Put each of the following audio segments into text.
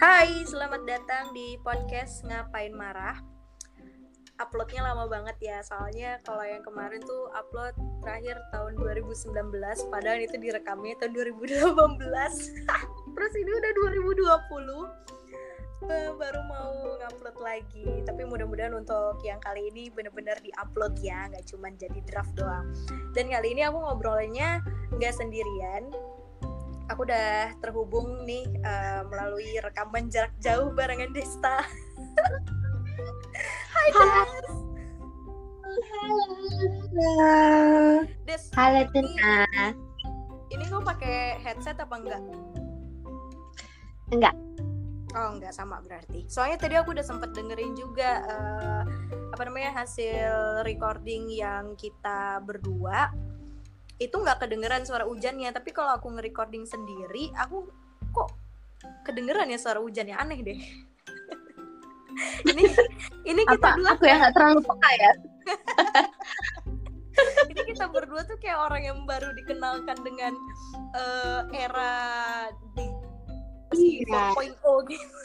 Hai, selamat datang di podcast Ngapain Marah. Uploadnya lama banget ya, soalnya kalau yang kemarin tuh upload terakhir tahun 2019, padahal itu direkamnya tahun 2018. Terus ini udah 2020, baru mau ngupload lagi. Tapi mudah-mudahan untuk yang kali ini benar-benar diupload ya, nggak cuma jadi draft doang. Dan kali ini aku ngobrolnya nggak sendirian. Aku udah terhubung nih melalui rekaman jarak jauh barengan Desta. Hai Des. Halo. Des. Halo Tuna. Ini kau pakai headset apa enggak? Enggak. Oh enggak, sama berarti. Soalnya tadi aku udah sempet dengerin juga hasil recording yang kita berdua. Itu nggak kedengeran suara hujannya, tapi kalau aku nge-recording sendiri, aku kok kedengeran ya suara hujannya, aneh deh. ini kita dua aku yang nggak terlalu peka ya. Ini kita berdua tuh kayak orang yang baru dikenalkan dengan era di 4.0 gitu.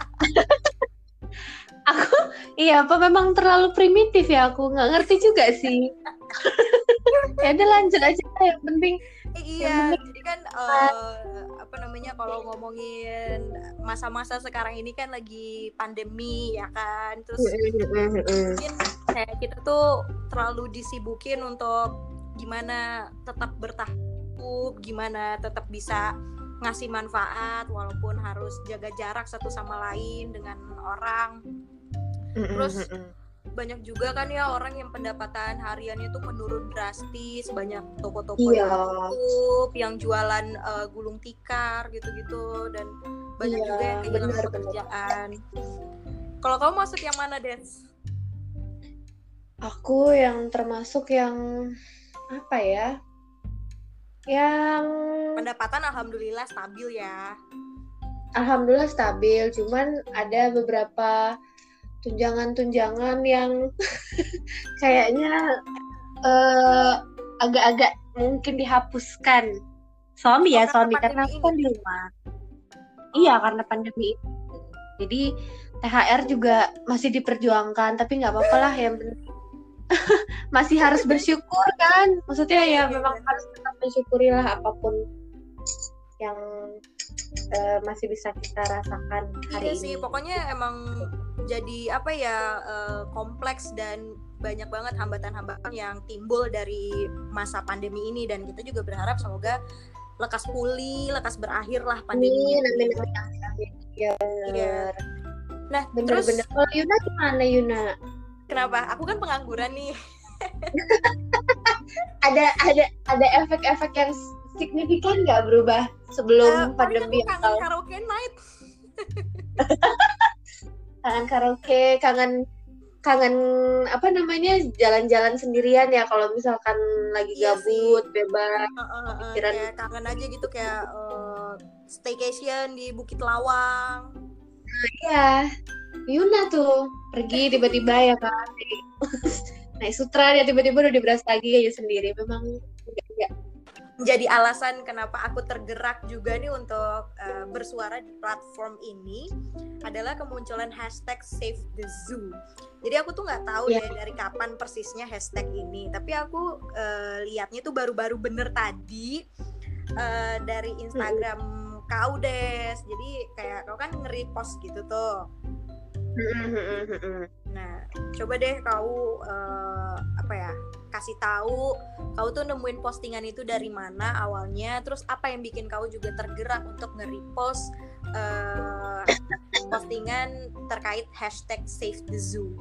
Apa memang terlalu primitif ya, aku nggak ngerti juga sih. Ya udah lanjut aja, yang penting. Iya, jadi kan kalau ngomongin masa-masa sekarang ini kan lagi pandemi ya kan, terus mungkin kayak kita tuh terlalu disibukin untuk gimana tetap bertahan, gimana tetap bisa ngasih manfaat walaupun harus jaga jarak satu sama lain dengan orang. Terus banyak juga kan ya orang yang pendapatan hariannya tuh menurun drastis, banyak toko-toko yang tutup, yang jualan gulung tikar gitu-gitu, dan banyak juga yang kehilangan pekerjaan. Kalau kamu masuk yang mana, Des? Aku yang termasuk yang apa ya? Yang pendapatan alhamdulillah stabil ya. Alhamdulillah stabil, cuman ada beberapa tunjangan-tunjangan yang kayaknya agak-agak mungkin dihapuskan. Suami karena aku kan di rumah. Iya, karena pandemi itu. Jadi THR juga masih diperjuangkan, tapi nggak apa-apa lah, yang penting masih harus bersyukur kan. Maksudnya ya memang harus tetap mensyukurilah apapun yang masih bisa kita rasakan hari ini. Sih, pokoknya emang jadi kompleks dan banyak banget hambatan-hambatan yang timbul dari masa pandemi ini, dan kita juga berharap semoga lekas pulih, lekas berakhir lah pandemi. Iya. Nah, bener-bener. Kalau Yuna gimana, Yuna? Kenapa? Aku kan pengangguran nih. ada efek-efek yang signifikan nggak berubah sebelum pandemi? Aku kangen karaoke night. Kangen karaoke, kangen jalan-jalan sendirian ya kalau misalkan lagi gabut, bebas, pikiran. Kayak kangen aja gitu, kayak staycation di Bukit Lawang. Iya, Yuna tuh pergi tiba-tiba ya kan, naik sutra ya, tiba-tiba udah di Brastagi aja sendiri. Memang enggak. Jadi alasan kenapa aku tergerak juga nih untuk bersuara di platform ini adalah kemunculan hashtag Save the Zoo. Jadi aku tuh nggak tahu dari kapan persisnya hashtag ini, tapi aku lihatnya tuh baru-baru bener tadi dari Instagram kau, Des. Jadi kayak kau kan nge-repost gitu tuh. Nah, coba deh kau kasih tahu kau tuh nemuin postingan itu dari mana awalnya, terus apa yang bikin kau juga tergerak untuk nge-repost postingan terkait hashtag Save the Zoo.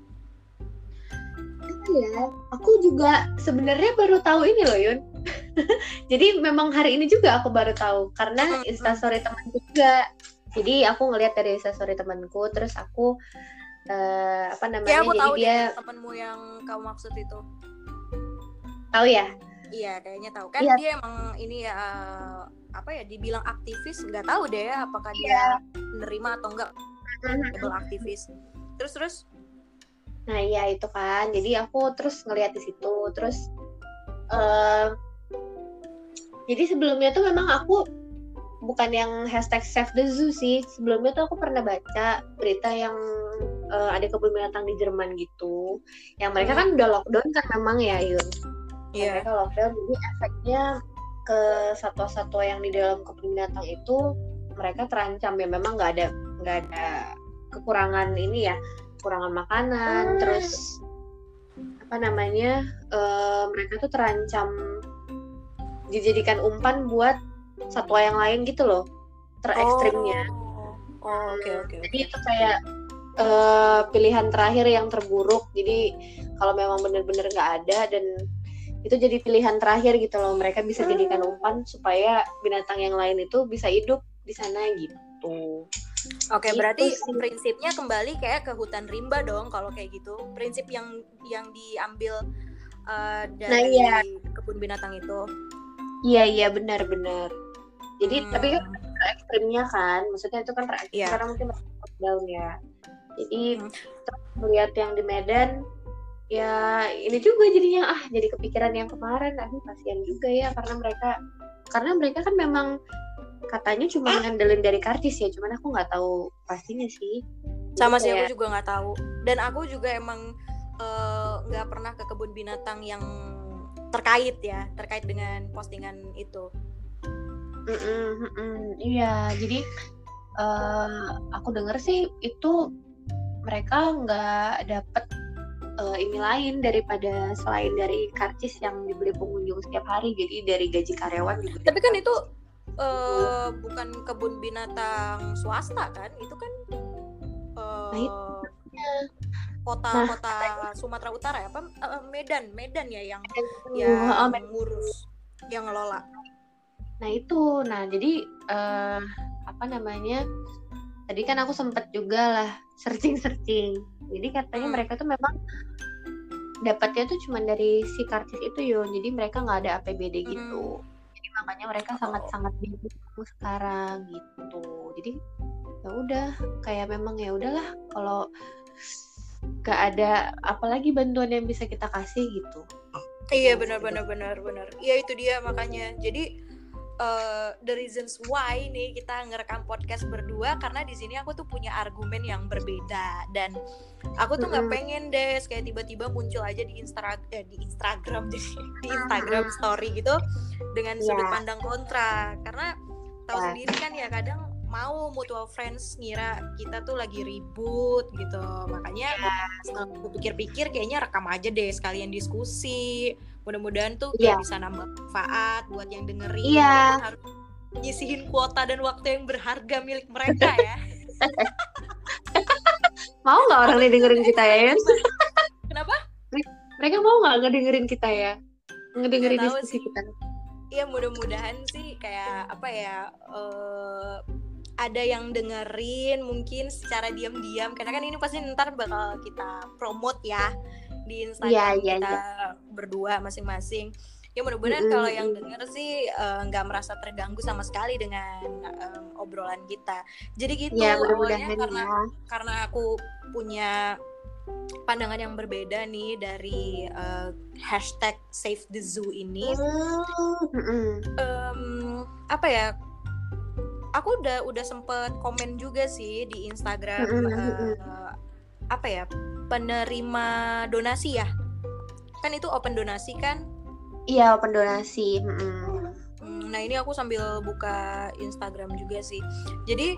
Ya, aku juga sebenarnya baru tahu ini loh, Yun. Jadi memang hari ini juga aku baru tahu karena instastory temanku juga. Jadi aku ngelihat dari instastory temanku, terus aku ya, aku jadi tahu dia temanmu yang kau maksud itu. Tahu ya? Iya, kayaknya tahu kan. Dia emang ini ya dibilang aktivis, nggak tahu deh apakah dia menerima atau enggak label aktivis. Terus nah iya itu kan, jadi aku terus ngeliat di situ, terus jadi sebelumnya tuh memang aku bukan yang hashtag Save the Zoo sih. Sebelumnya tuh aku pernah baca berita yang ada kebun binatang di Jerman gitu. Yang mereka kan udah lockdown kan memang ya Yun. Iya. Mereka lockdown, jadi efeknya ke satwa-satwa yang di dalam kebun binatang itu mereka terancam ya. Memang nggak ada kekurangan ini ya, kekurangan makanan, terus apa namanya mereka tuh terancam dijadikan umpan buat satwa yang lain gitu loh, terekstrimnya. Oke. Jadi itu kayak pilihan terakhir yang terburuk. Jadi kalau memang benar-benar nggak ada, dan itu jadi pilihan terakhir gitu loh, mereka bisa jadikan umpan supaya binatang yang lain itu bisa hidup di sana gitu. Oke, berarti prinsipnya kembali kayak ke hutan rimba dong kalau kayak gitu. Prinsip yang diambil dari kebun binatang itu. Iya benar. Jadi tapi kan ekstrimnya kan, maksudnya itu kan terekstrim karena mungkin lockdown ya. Jadi melihat yang di Medan ya ini juga jadinya jadi kepikiran yang kemarin. Aduh kasihan juga ya, karena mereka kan memang katanya cuma ngandelin dari karcis ya, cuman aku nggak tahu pastinya sih. Sama sih aku juga nggak tahu, dan aku juga emang nggak pernah ke kebun binatang yang terkait dengan postingan itu. Iya, jadi aku denger sih itu mereka nggak dapet ini lain daripada selain dari karcis yang dibeli pengunjung setiap hari, jadi dari gaji karyawan juga. Tapi kan itu bukan kebun binatang swasta kan, itu kan kota Sumatera Utara ya, Medan ya yang ngurus, yang ngelola. Nah jadi apa namanya, tadi kan aku sempet juga lah searching. Jadi katanya mereka tuh memang dapatnya tuh cuma dari si karcis itu jadi mereka nggak ada APBD gitu. Jadi makanya mereka sangat bingung sekarang gitu. Jadi ya udah, kayak memang ya udahlah kalau nggak ada apalagi bantuan yang bisa kita kasih gitu. Iya benar. Iya itu dia makanya. Jadi the reasons why nih kita ngerekam podcast berdua, karena di sini aku tuh punya argumen yang berbeda, dan aku tuh nggak pengen deh kayak tiba-tiba muncul aja di Instagram story gitu dengan sudut pandang kontra, karena tahu sendiri kan ya, kadang mau mutual friends ngira kita tuh lagi ribut gitu, makanya aku pikir-pikir kayaknya rekam aja deh sekalian diskusi, mudah-mudahan tuh kayak bisa nambah manfaat buat yang dengerin. Walaupun harus nyisihin kuota dan waktu yang berharga milik mereka ya. Mau nggak orang dengerin kita ya? Kenapa? Mereka mau nggak ngedengerin kita ya? Ngedengerin diskusi kita? Iya mudah-mudahan sih kayak apa ya, ada yang dengerin mungkin secara diam-diam, karena kan ini pasti ntar bakal kita promote ya di Instagram kita berdua masing-masing. Ya mudah-mudahan kalau yang denger sih nggak merasa terganggu sama sekali dengan obrolan kita. Jadi gitu awalnya karena aku punya pandangan yang berbeda nih dari hashtag Save the Zoo ini. Apa ya? Aku udah sempet komen juga sih di Instagram apa ya, penerima donasi ya, kan itu open donasi kan? Iya open donasi. Nah ini aku sambil buka Instagram juga sih, jadi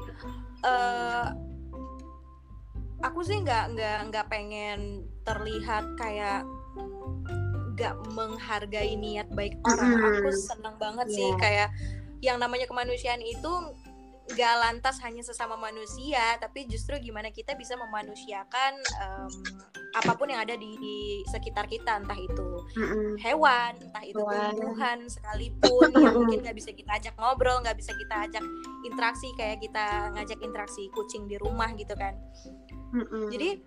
aku sih nggak pengen terlihat kayak nggak menghargai niat baik orang. Aku senang banget sih kayak yang namanya kemanusiaan itu gak lantas hanya sesama manusia, tapi justru gimana kita bisa memanusiakan apapun yang ada di sekitar kita, entah itu hewan, entah itu tumbuhan sekalipun yang mungkin gak bisa kita ajak ngobrol, gak bisa kita ajak interaksi kayak kita ngajak interaksi kucing di rumah gitu kan. Jadi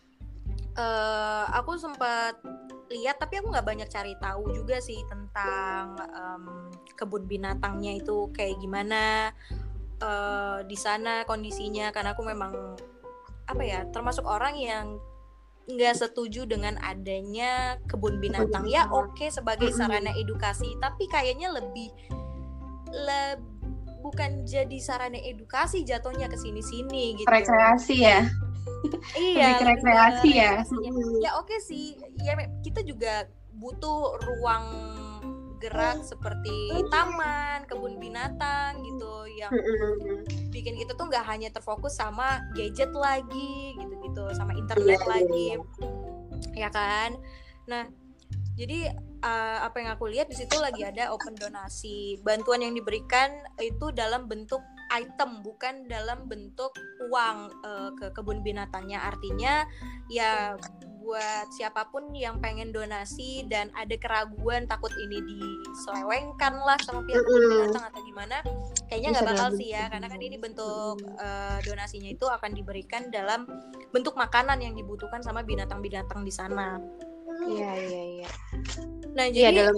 aku sempat lihat, tapi aku nggak banyak cari tahu juga sih tentang kebun binatangnya itu kayak gimana di sana kondisinya, karena aku memang apa ya, termasuk orang yang nggak setuju dengan adanya kebun binatang. Ya oke, sebagai sarana edukasi, tapi kayaknya lebih bukan jadi sarana edukasi jatuhnya ke sini-sini gitu. Rekreasi ya. Iya, lebih rekreasi ya. Ya oke sih, ya kita juga butuh ruang gerak seperti taman, kebun binatang gitu yang bikin kita tuh nggak hanya terfokus sama gadget lagi gitu-gitu, sama internet lagi, ya kan. Nah, jadi apa yang aku lihat di situ lagi ada open donasi. Bantuan yang diberikan itu dalam bentuk item, bukan dalam bentuk uang ke kebun binatangnya. Artinya ya buat siapapun yang pengen donasi dan ada keraguan takut ini diselewengkan lah sama pihak kebun binatang atau gimana, kayaknya nggak bakal sih ya, karena kan ini bentuk donasinya itu akan diberikan dalam bentuk makanan yang dibutuhkan sama binatang-binatang di sana. Iya. Nah, jadi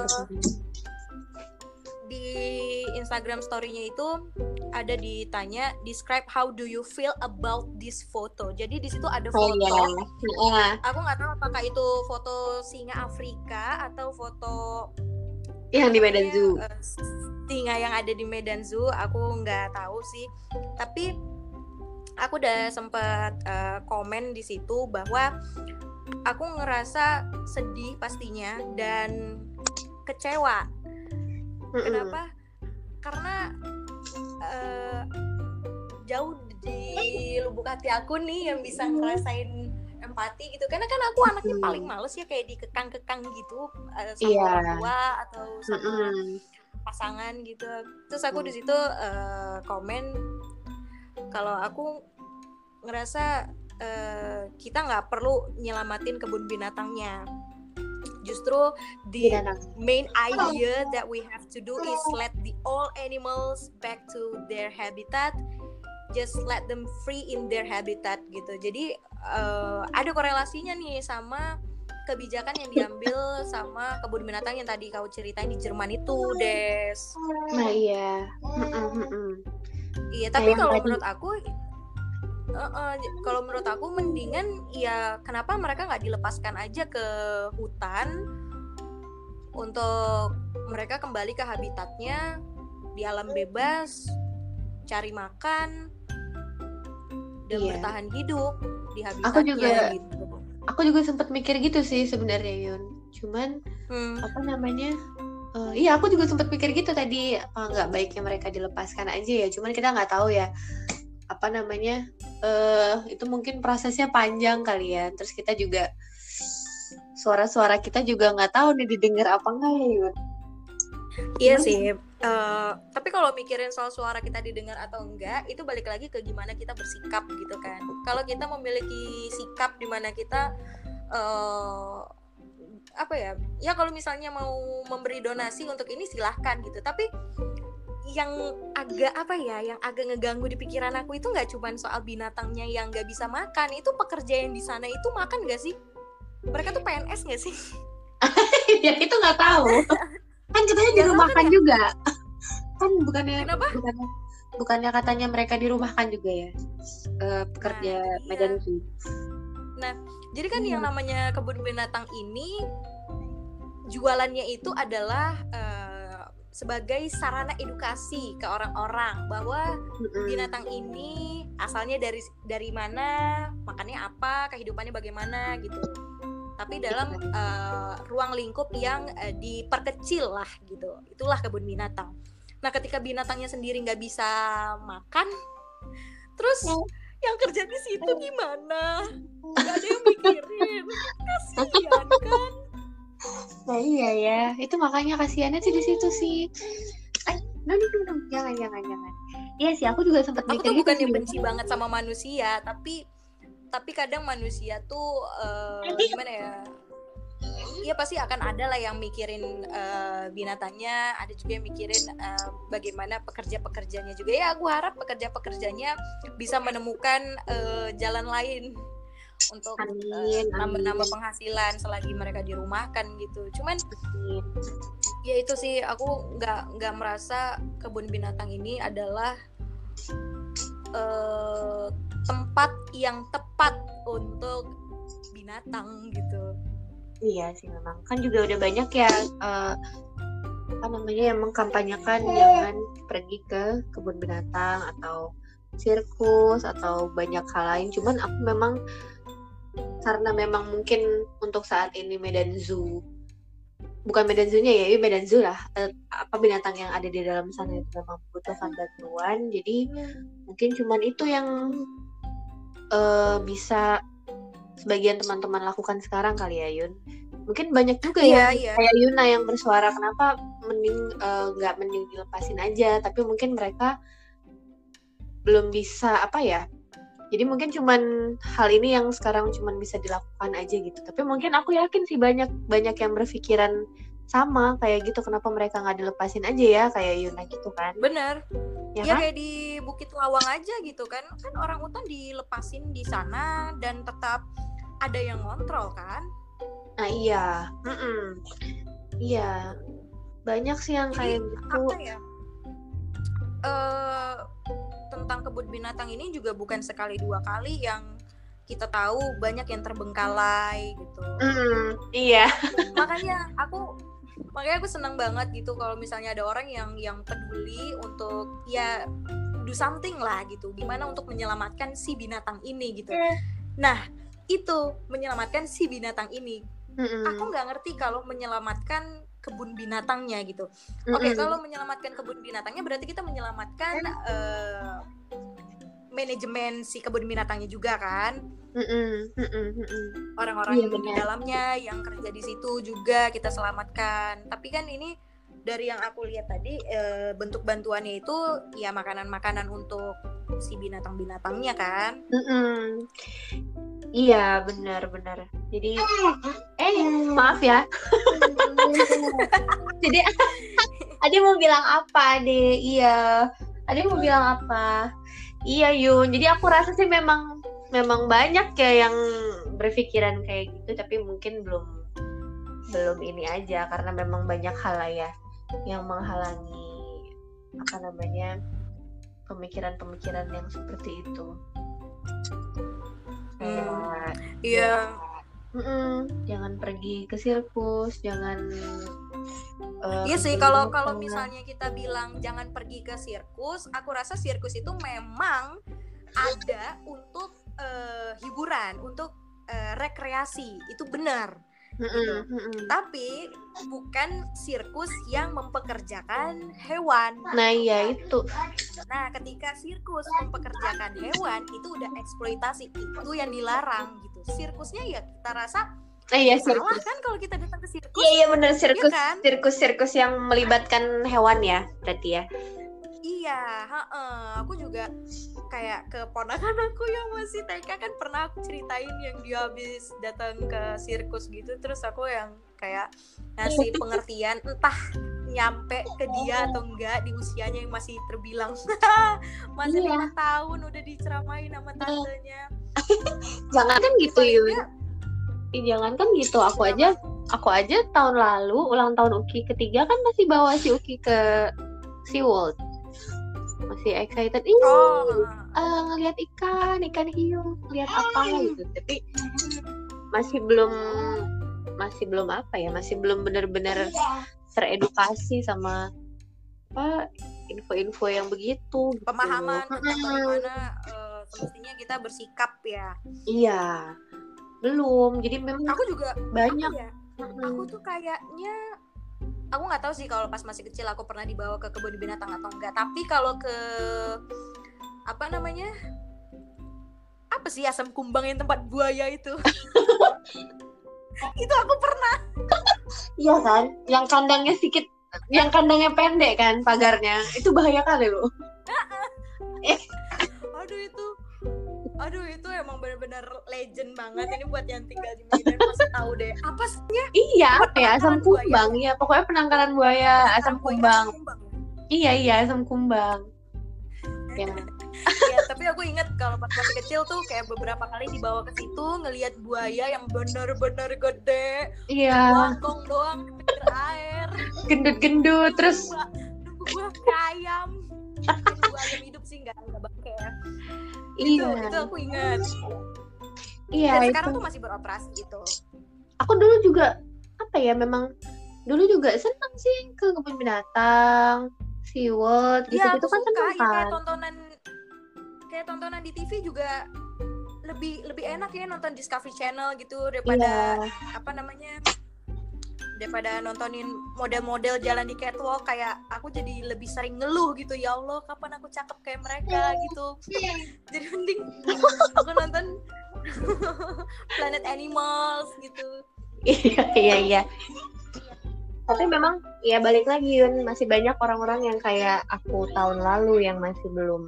di Instagram story-nya itu ada ditanya, describe how do you feel about this photo. Jadi di situ ada foto. Aku nggak tahu apakah itu foto singa Afrika atau foto yang di Medan Zoo. Singa yang ada di Medan Zoo, aku nggak tahu sih. Tapi aku udah sempat komen di situ bahwa aku ngerasa sedih pastinya dan kecewa. Kenapa? Karena jauh di lubuk hati aku nih yang bisa ngerasain empati gitu. Karena kan aku anaknya paling males ya kayak dikekang-kekang gitu sama orang tua atau sama pasangan gitu. Terus aku di situ komen kalau aku ngerasa kita nggak perlu nyelamatin kebun binatangnya. Justru the main idea that we have to do is let the all animals back to their habitat, just let them free in their habitat gitu. Jadi ada korelasinya nih sama kebijakan yang diambil sama kebun binatang yang tadi kau ceritain di Jerman itu, Des. Nah iya. Iya, tapi kalau menurut aku mendingan ya kenapa mereka nggak dilepaskan aja ke hutan untuk mereka kembali ke habitatnya di alam bebas, cari makan dan bertahan hidup di habitatnya gitu. Aku juga sempat mikir gitu sih sebenarnya, Yun. Cuman iya aku juga sempat pikir gitu tadi, nggak baiknya mereka dilepaskan aja ya. Cuman kita nggak tahu ya itu mungkin prosesnya panjang kali ya. Terus kita juga suara-suara kita juga nggak tahu nih didengar apa enggak ya, Yun. Iya sih. Tapi kalau mikirin soal suara kita didengar atau enggak, itu balik lagi ke gimana kita bersikap gitu kan. Kalau kita memiliki sikap di mana kita ya kalau misalnya mau memberi donasi untuk ini silahkan gitu. Tapi yang agak ngeganggu di pikiran aku itu nggak cuma soal binatangnya yang nggak bisa makan, itu pekerja yang di sana itu makan nggak sih? Mereka tuh PNS nggak sih? Ya itu nggak tahu. Kan katanya dirumahkan juga. Kan bukannya katanya mereka dirumahkan juga ya, pekerja Medan Zoo. Nah, jadi kan yang namanya kebun binatang ini jualannya itu adalah sebagai sarana edukasi ke orang-orang bahwa binatang ini asalnya dari mana, makannya apa, kehidupannya bagaimana gitu. Tapi dalam ruang lingkup yang diperkecil lah gitu. Itulah kebun binatang. Nah, ketika binatangnya sendiri nggak bisa makan, terus yang kerja di situ gimana? Nggak ada yang mikirin, kasihan kan? Nah iya ya, itu makanya kasihannya sih di situ sih. No, jangan. Iya sih, aku juga sempat mikir gitu. Aku tuh bukannya benci banget sama manusia, tapi kadang manusia tuh gimana ya? Iya pasti akan ada lah yang mikirin binatangnya, ada juga yang mikirin bagaimana pekerja-pekerjanya juga. Ya aku harap pekerja-pekerjanya bisa menemukan jalan lain untuk nambah penghasilan selagi mereka dirumahkan gitu. Cuman ya itu sih, aku nggak merasa kebun binatang ini adalah tempat yang tepat untuk binatang gitu. Iya sih memang, kan juga udah banyak ya yang mengkampanyekan jangan pergi ke kebun binatang atau sirkus atau banyak hal lain. Cuman aku memang karena memang mungkin untuk saat ini Medan Zoo, bukan Medan Zoo-nya ya, ini Medan Zoo lah, apa binatang yang ada di dalam sana itu memang membutuhkan bantuan, jadi mungkin cuman itu yang bisa sebagian teman-teman lakukan sekarang kali ya Yun. Mungkin banyak juga yang kayak Yuna yang bersuara kenapa mending nggak mending dilepasin aja, tapi mungkin mereka belum bisa apa ya. Jadi mungkin cuman hal ini yang sekarang cuman bisa dilakukan aja gitu. Tapi mungkin aku yakin sih banyak yang berpikiran sama kayak gitu. Kenapa mereka nggak dilepasin aja ya kayak Yuna gitu kan? Bener. Ya kan? Kayak di Bukit Lawang aja gitu kan. Kan orang utan dilepasin di sana dan tetap ada yang ngontrol kan? Nah iya. Iya. Banyak sih yang kayak gitu. Apa ya? Tentang kebun binatang ini juga bukan sekali dua kali yang kita tahu banyak yang terbengkalai gitu. Iya. Makanya aku senang banget gitu kalau misalnya ada orang yang peduli untuk ya do something lah gitu. Gimana untuk menyelamatkan si binatang ini gitu. Nah itu menyelamatkan si binatang ini. Aku nggak ngerti kalau menyelamatkan kebun binatangnya gitu. Oke, kalau menyelamatkan kebun binatangnya berarti kita menyelamatkan manajemen si kebun binatangnya juga kan. Orang-orang yang di dalamnya yang kerja di situ juga kita selamatkan. Tapi kan ini dari yang aku lihat tadi bentuk bantuannya itu ya makanan-makanan untuk si binatang-binatangnya kan. Iya benar. Jadi maaf ya. Jadi Ade mau bilang apa Ade? Iya. Ade mau bilang apa? Iya Yun. Jadi aku rasa sih memang banyak ya yang berpikiran kayak gitu, tapi mungkin belum ini aja karena memang banyak hal lah ya yang menghalangi pemikiran yang seperti itu. Iya. Jangan pergi ke sirkus, jangan. Iya sih, kalau misalnya kita bilang jangan pergi ke sirkus, aku rasa sirkus itu memang ada untuk hiburan, untuk rekreasi, itu benar. Gitu. Tapi bukan sirkus yang mempekerjakan hewan. Nah iya itu. Nah ketika sirkus mempekerjakan hewan itu udah eksploitasi, itu yang dilarang gitu. Sirkusnya ya kita rasa salah kan kalau kita datang ke sirkus. Iya benar, sirkus ya kan? sirkus yang melibatkan hewan ya berarti ya. Iya, aku juga kayak ke ponakan aku yang masih TK kan pernah aku ceritain yang dia habis datang ke sirkus gitu, terus aku yang kayak ngasih pengertian entah nyampe ke dia atau enggak di usianya yang masih terbilang masih 5 tahun udah diceramain sama tantenya. Jangan kan gitu Yun. Jangan kan gitu, aku aja tahun lalu ulang tahun Uki ketiga kan masih bawa si Uki ke SeaWorld. Masih excited ngelihat ikan hiu, lihat apa gitu, tapi masih belum apa ya, masih belum benar-benar teredukasi sama info-info yang begitu, pemahaman tentang bagaimana semestinya kita bersikap ya. Iya, belum. Jadi memang aku juga banyak aku tuh kayaknya aku nggak tahu sih kalau pas masih kecil aku pernah dibawa ke kebun binatang atau enggak, tapi kalau ke apa sih asam kumbang yang tempat buaya itu itu aku pernah. Iya kan, yang kandangnya pendek kan pagarnya, itu bahaya kali loh. Aduh itu emang benar-benar legend banget. Ini buat yang tinggal di Medan pasti tahu deh. Apa sih? Iya, apa ya, asam kumbang. Iya, pokoknya penangkaran buaya, asam kumbang. Iya, asam kumbang. Ya. Ya, tapi aku ingat kalau pas masih kecil tuh kayak beberapa kali dibawa ke situ ngelihat buaya yang benar-benar gede. Iya. Bangkong doang di pinggir air. Gendut-gendut terus nunggu buah ayam. Nunggu ayam hidup sih enggak bangke ya. Itu aku ingat. Iya. Dan sekarang tuh masih beroperasi itu. Aku dulu juga memang Dulu juga seneng sih ke kebun binatang, SeaWorld Iya, gitu-gitu aku kan suka seneng ya kan. kayak tontonan di TV juga lebih enak ya nonton Discovery Channel gitu Iya. daripada nontonin model-model jalan di catwalk. Kayak aku jadi lebih sering ngeluh gitu, ya Allah kapan aku cakep kayak mereka gitu. Jadi mending aku nonton Planet Animals gitu. Iya. Tapi memang ya balik lagi Yun, masih banyak orang-orang yang kayak aku tahun lalu yang masih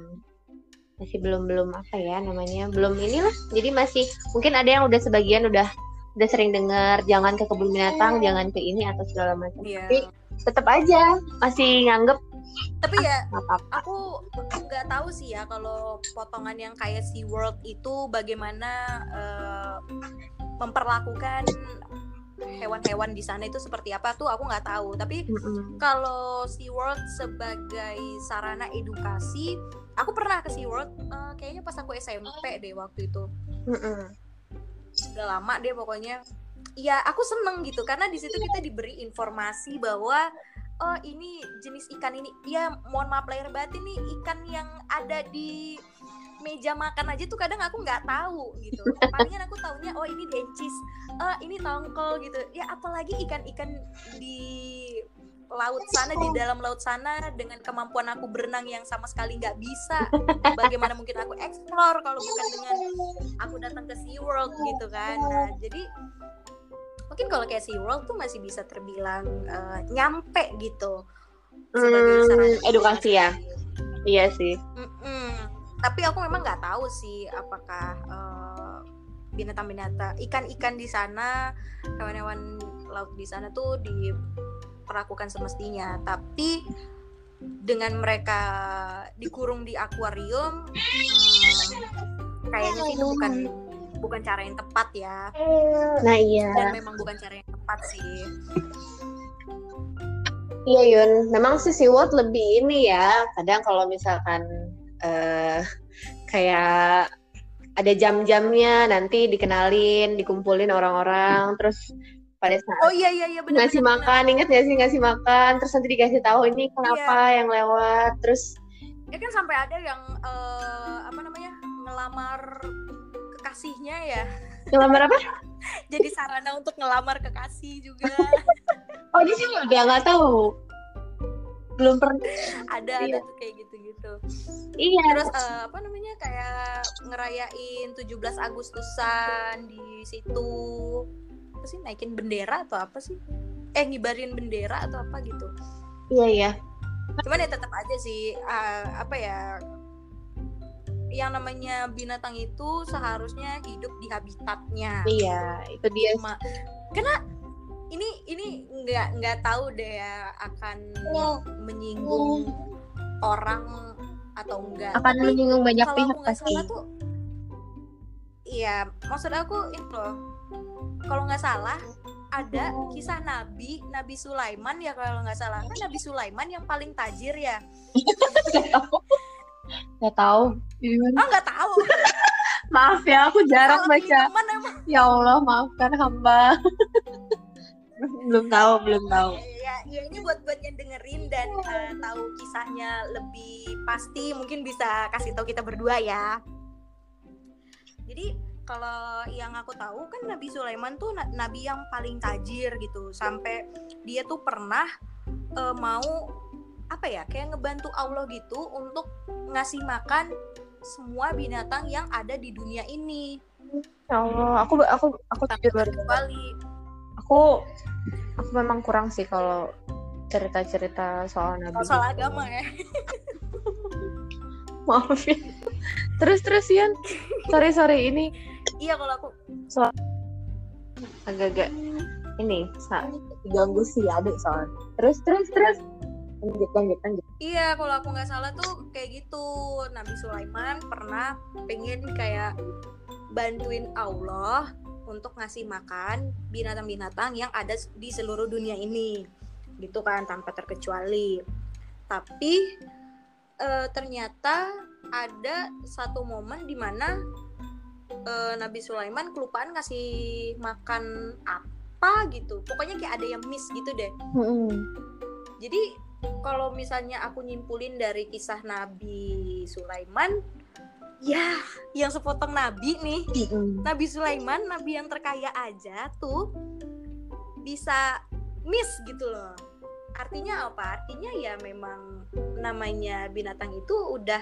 belum apa ya namanya, belum inilah. Jadi masih mungkin ada yang udah sebagian udah sering dengar jangan ke kebun binatang, jangan ke ini atau segala macam. Tapi tetap aja masih nganggep. Tapi ya aku nggak tahu sih ya kalau potongan yang kayak SeaWorld itu bagaimana memperlakukan hewan-hewan di sana itu seperti apa tuh aku nggak tahu. Tapi kalau SeaWorld sebagai sarana edukasi, aku pernah ke SeaWorld kayaknya pas aku SMP deh waktu itu. Udah lama deh pokoknya. Ya aku seneng gitu karena di situ kita diberi informasi bahwa oh ini jenis ikan ini, ya mohon maaf lahir batin nih, ikan yang ada di meja makan aja tuh kadang aku nggak tahu gitu. Palingan aku taunya oh ini dencis, ini tongkol gitu. Ya apalagi ikan-ikan di laut sana, di dalam laut sana, dengan kemampuan aku berenang yang sama sekali nggak bisa. Bagaimana mungkin aku explore kalau bukan dengan aku datang ke SeaWorld gitu kan. Nah jadi mungkin kalau kayak SeaWorld tuh masih bisa terbilang nyampe gitu sebagai sarana edukasi ya. Iya sih. Tapi aku memang nggak tahu sih apakah binatang-binatang, ikan-ikan di sana, hewan-hewan laut di sana tuh diperlakukan semestinya. Tapi dengan mereka dikurung di akuarium, kayaknya sih itu bukan cara yang tepat ya. Nah iya. Dan memang bukan cara yang tepat sih. Iya Yun, memang sih SeaWorld lebih ini ya. Kadang kalau misalkan kayak ada jam-jamnya, nanti dikenalin, dikumpulin orang-orang, terus pada saat bener, ngasih makan, inget gak sih ngasih makan, terus nanti dikasih tahu ini kenapa yang lewat, terus ya kan sampai ada yang ngelamar kekasihnya ya. Ngelamar apa? Jadi sarana untuk ngelamar kekasih juga. Oh di sini udah nggak tahu, belum pernah. Ada tuh kayak gitu-gitu. Iya. Terus kayak ngerayain 17 Agustusan di situ. Apa sih, naikin bendera atau apa sih? Ngibarin bendera atau apa gitu. Iya. Cuman ya tetap aja sih yang namanya binatang itu seharusnya hidup di habitatnya. Iya, itu dia. Karena ini nggak tahu deh ya akan menyinggung orang atau enggak. Akan menyinggung banyak pihak pasti. Iya, maksud aku itu loh. Kalau nggak salah ada kisah Nabi Sulaiman ya, kalau nggak salah kan Nabi Sulaiman yang paling tajir ya. Nggak tahu. Nggak tahu. Maaf ya, aku jarang baca. Ya Allah, maafkan hamba. belum tahu. Ya ini buat yang dengerin dan tahu kisahnya lebih pasti, mungkin bisa kasih tahu kita berdua ya. Jadi kalau yang aku tahu kan Nabi Sulaiman tuh nabi yang paling tajir gitu, sampai dia tuh pernah mau kayak ngebantu Allah gitu untuk ngasih makan semua binatang yang ada di dunia ini. Ya Allah, aku jujur baru kembali. Aku memang kurang sih kalau cerita-cerita soal Nabi. Soal agama ya. Maaf ya. Terus Yan. Sorry ini. Iya kalau aku agak-agak ini ganggu sih adik soalnya. Terus. Lanjut. Iya, kalau aku nggak salah tuh kayak gitu. Nabi Sulaiman pernah pengen kayak bantuin Allah untuk ngasih makan binatang-binatang yang ada di seluruh dunia ini, gitu kan, tanpa terkecuali. Tapi ternyata ada satu momen di mana Nabi Sulaiman kelupaan ngasih makan apa apa gitu. Pokoknya kayak ada yang miss gitu deh. Jadi kalau misalnya aku nyimpulin dari kisah Nabi Sulaiman, ya yang sepotong nabi nih, Nabi Sulaiman, nabi yang terkaya aja tuh bisa miss gitu loh. Artinya apa? Artinya ya memang namanya binatang itu udah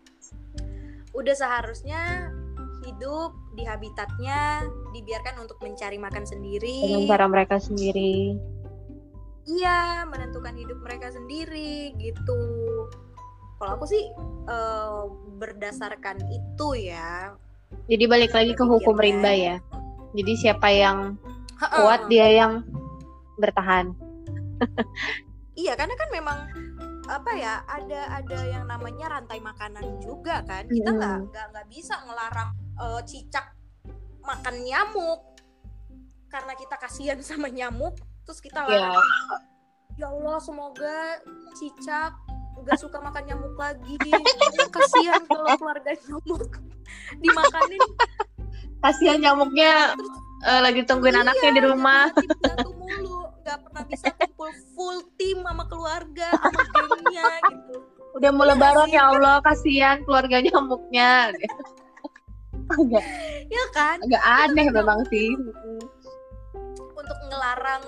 seharusnya hidup di habitatnya, dibiarkan untuk mencari makan sendiri dengan cara mereka sendiri. Iya, menentukan hidup mereka sendiri gitu. Kalau aku sih berdasarkan itu ya. Jadi balik lagi ke hukum rimba ya. Jadi siapa yang kuat dia yang bertahan. Iya, karena kan memang apa ya, ada yang namanya rantai makanan juga kan. Kita nggak bisa ngelarang cicak makan nyamuk karena kita kasihan sama nyamuk, terus kita larang. Ya Allah, semoga cicak nggak suka makan nyamuk lagi. Kasihan kalau keluarga nyamuk dimakanin. Kasihan nyamuknya terus, lagi tungguin anaknya di rumah. Jatuh mulu, nggak pernah bisa kumpul full tim sama keluarga, sama gengnya gitu. Udah mau lebaran ya Allah, kasihan keluarga nyamuknya. Ya kan? Agak aneh memang sih. Untuk ngelarang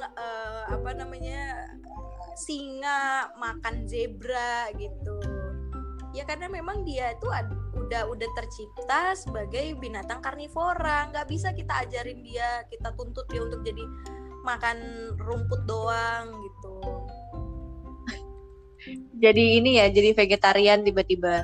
singa makan zebra gitu. Ya karena memang dia itu udah tercipta sebagai binatang karnivora. Nggak bisa kita ajarin dia, kita tuntut dia untuk jadi makan rumput doang gitu. Jadi ini ya, jadi vegetarian tiba-tiba.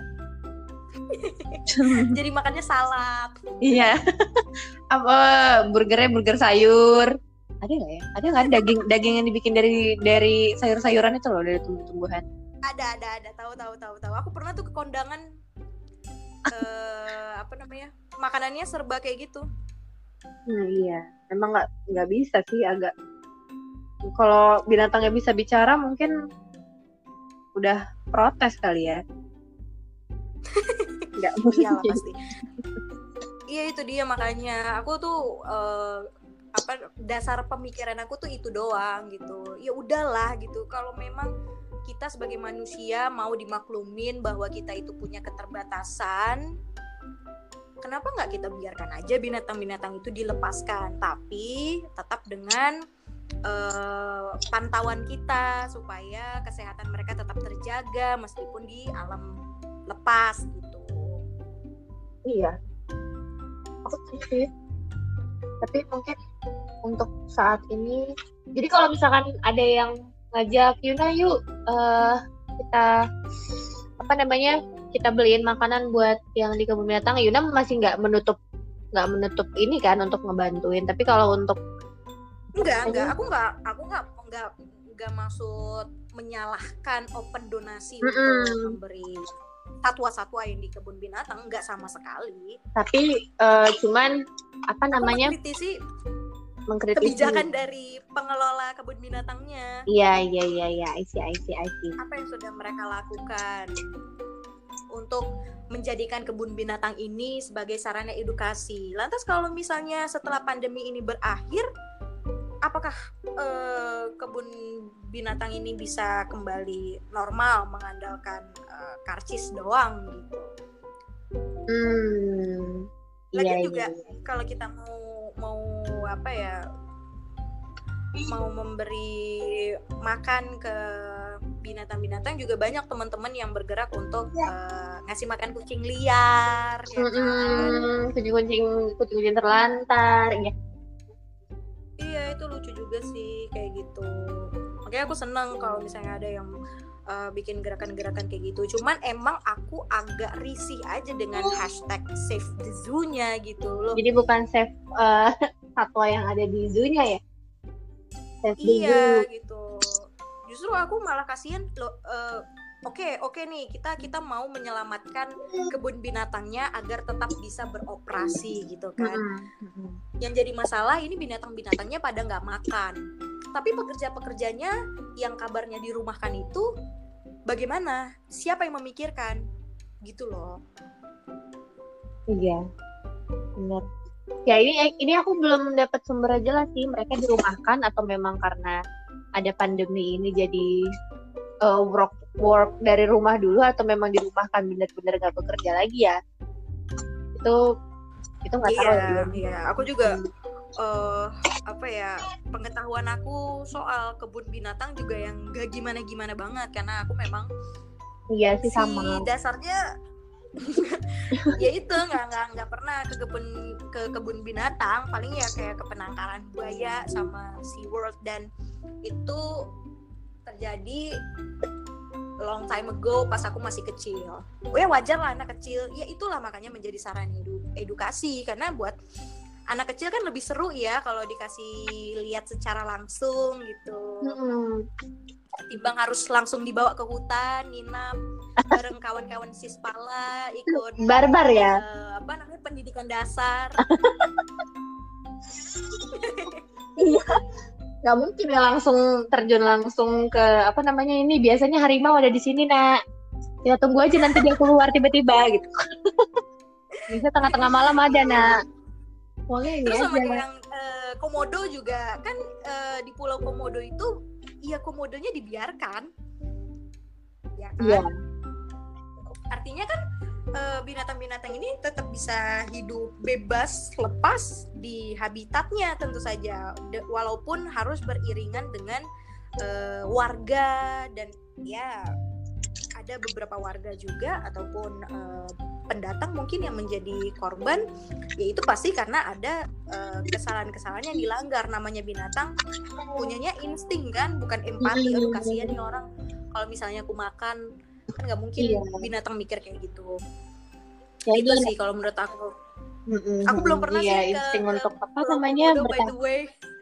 Jadi makannya salad. Iya. Apa burgernya burger sayur? Ada nggak ya? Ada nggak daging yang dibikin dari sayur-sayuran itu loh, dari tumbuh-tumbuhan? Ada. Tahu. Aku pernah tuh ke kondangan makanannya serba kayak gitu. Nah, iya. Emang nggak bisa sih, agak. Kalau binatangnya bisa bicara mungkin udah protes kali ya. Nggak mungkin. Iyalah pasti. Iya, itu dia, makanya aku tuh dasar pemikiran aku tuh itu doang gitu. Ya udahlah gitu, kalau memang kita sebagai manusia mau dimaklumin bahwa kita itu punya keterbatasan, kenapa nggak kita biarkan aja binatang-binatang itu dilepaskan, tapi tetap dengan pantauan kita supaya kesehatan mereka tetap terjaga meskipun di alam lepas gitu. Iya, aku setuju. Tapi mungkin untuk saat ini, jadi kalau misalkan ada yang ngajak Yuna yuk kita kita beliin makanan buat yang di kebun binatang, Yuna masih nggak menutup ini kan untuk ngebantuin. Tapi kalau untuk aku nggak maksud menyalahkan open donasi untuk memberi satwa-satwa yang di kebun binatang, nggak sama sekali. Tapi cuman mengkritisi kebijakan dari pengelola kebun binatangnya. Iya, I see. Apa yang sudah mereka lakukan untuk menjadikan kebun binatang ini sebagai sarana edukasi. Lantas kalau misalnya setelah pandemi ini berakhir, apakah kebun binatang ini bisa kembali normal mengandalkan karcis doang gitu? Lagi juga kalau kita mau memberi makan ke binatang-binatang, juga banyak teman-teman yang bergerak untuk ngasih makan kucing liar, ya kan? Kucing-kucing terlantar, ya. Iya, itu lucu juga sih kayak gitu. Makanya aku seneng kalau misalnya ada yang bikin gerakan-gerakan kayak gitu. Cuman emang aku agak risih aja dengan hashtag save the zoo-nya gitu loh. Jadi bukan save satwa yang ada di zoo-nya ya? Save the zoo gitu. Justru aku malah kasihan loh. Oke nih, kita mau menyelamatkan kebun binatangnya agar tetap bisa beroperasi gitu kan. Yang jadi masalah ini binatang-binatangnya pada nggak makan. Tapi pekerja-pekerjanya yang kabarnya dirumahkan itu bagaimana? Siapa yang memikirkan? Gitu loh. Iya, benar. Ya ini aku belum dapat sumber jelas sih, mereka dirumahkan atau memang karena ada pandemi ini jadi work dari rumah dulu atau memang dirumahkan benar-benar gak bekerja lagi ya. Itu nggak tahu ya. Iya, aku juga apa ya, pengetahuan aku soal kebun binatang juga yang gak gimana-gimana banget, karena aku memang iya sih sama. Dasarnya ya itu nggak pernah ke kebun binatang, paling ya kayak ke penangkaran buaya sama SeaWorld, dan itu terjadi long time ago pas aku masih kecil. Ya wajar lah anak kecil, ya itulah makanya menjadi saran edukasi, karena buat anak kecil kan lebih seru ya kalau dikasih lihat secara langsung gitu. Timbang harus langsung dibawa ke hutan, nginap bareng kawan-kawan Sispala, ikut barbar ya. Apa namanya, pendidikan dasar. Iya, nggak mungkin ya langsung terjun langsung ke apa namanya ini. Biasanya harimau ada di sini nak. Kita tunggu aja nanti dia keluar tiba-tiba gitu. Bisa tengah-tengah malam ada nak. Boleh terus ya. Sama kayak yang komodo juga kan, di Pulau Komodo itu ya komodonya dibiarkan, ya kan? Iya. Artinya kan binatang-binatang ini tetap bisa hidup bebas lepas di habitatnya tentu saja, walaupun harus beriringan dengan warga, dan ya ada beberapa warga juga ataupun pendatang mungkin yang menjadi korban, yaitu pasti karena ada kesalahan-kesalahan yang dilanggar. Namanya binatang punyanya insting kan, bukan empati. Aduh kasihan nih orang, kalau misalnya aku makan, kan nggak mungkin binatang mikir kayak gitu. Ya, itu sih kalau menurut aku. Aku belum pernah sih insting untuk apa namanya Komodo, by the way.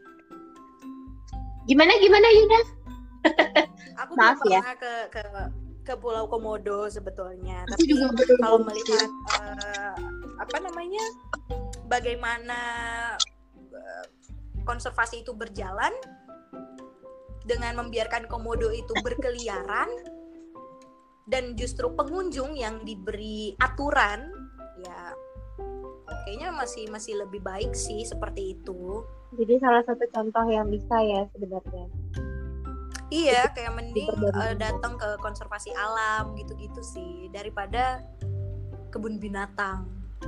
Gimana Yuna? Aku belum pernah ke Pulau Komodo sebetulnya, tapi kalau melihat apa namanya, bagaimana konservasi itu berjalan dengan membiarkan komodo itu berkeliaran dan justru pengunjung yang diberi aturan, ya kayaknya masih lebih baik sih seperti itu. Jadi salah satu contoh yang bisa ya sebenarnya. Iya, kayak mending datang ke konservasi alam gitu-gitu sih daripada kebun binatang.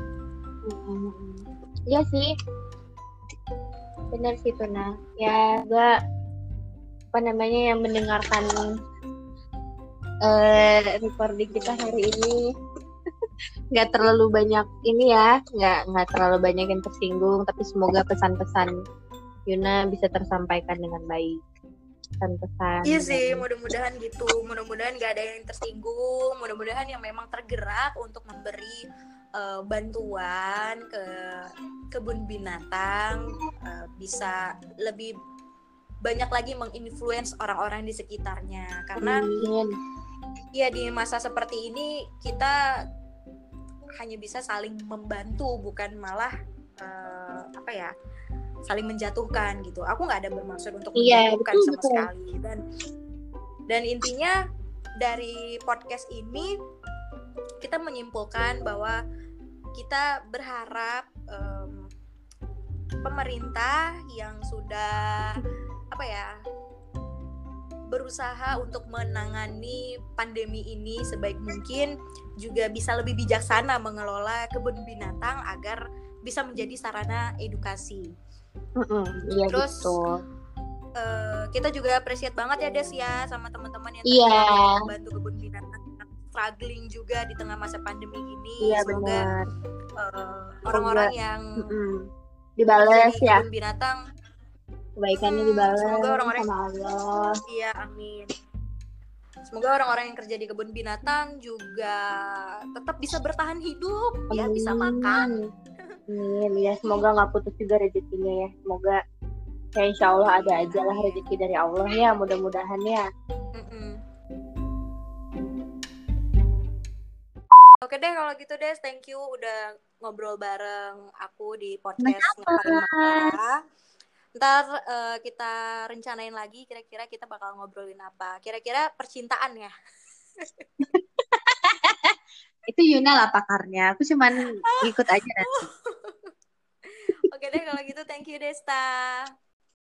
Iya sih, benar sih Tuna. Ya, gue apa namanya yang mendengarkan recording kita hari ini nggak terlalu banyak ini ya, nggak terlalu banyak yang tersinggung, tapi semoga pesan-pesan Yuna bisa tersampaikan dengan baik. Pesan. Iya sih, mudah-mudahan gitu. Mudah-mudahan gak ada yang tersinggung. Mudah-mudahan yang memang tergerak untuk memberi bantuan ke kebun binatang bisa lebih banyak lagi menginfluence orang-orang di sekitarnya. Karena ya di masa seperti ini kita hanya bisa saling membantu, bukan malah saling menjatuhkan gitu. Aku nggak ada bermaksud untuk menjatuhkan sama sekali. Dan intinya dari podcast ini kita menyimpulkan bahwa kita berharap pemerintah yang sudah berusaha untuk menangani pandemi ini sebaik mungkin juga bisa lebih bijaksana mengelola kebun binatang agar bisa menjadi sarana edukasi. Iya, terus gitu. Kita juga appreciate banget ya Des ya sama teman-teman yang membantu kebun binatang struggling juga di tengah masa pandemi ini. Semoga orang-orang yang dibalas ya kebun binatang kebaikannya dibalas semoga orang-orang sama Allah. Iya, amin. Semoga orang-orang yang kerja di kebun binatang juga tetap bisa bertahan hidup, ya bisa makan. Ya semoga nggak putus juga rezekinya ya. Semoga ya insya Allah ada aja lah rezeki dari Allah ya, mudah-mudahan ya. Oke deh kalau gitu Des, thank you udah ngobrol bareng aku di podcast Ngapain Marah. Ntar kita rencanain lagi kira-kira kita bakal ngobrolin apa. Kira-kira percintaan ya. Itu Yuna lah pakarnya. Aku cuman ikut aja nanti. Oke deh kalau gitu, thank you Desta.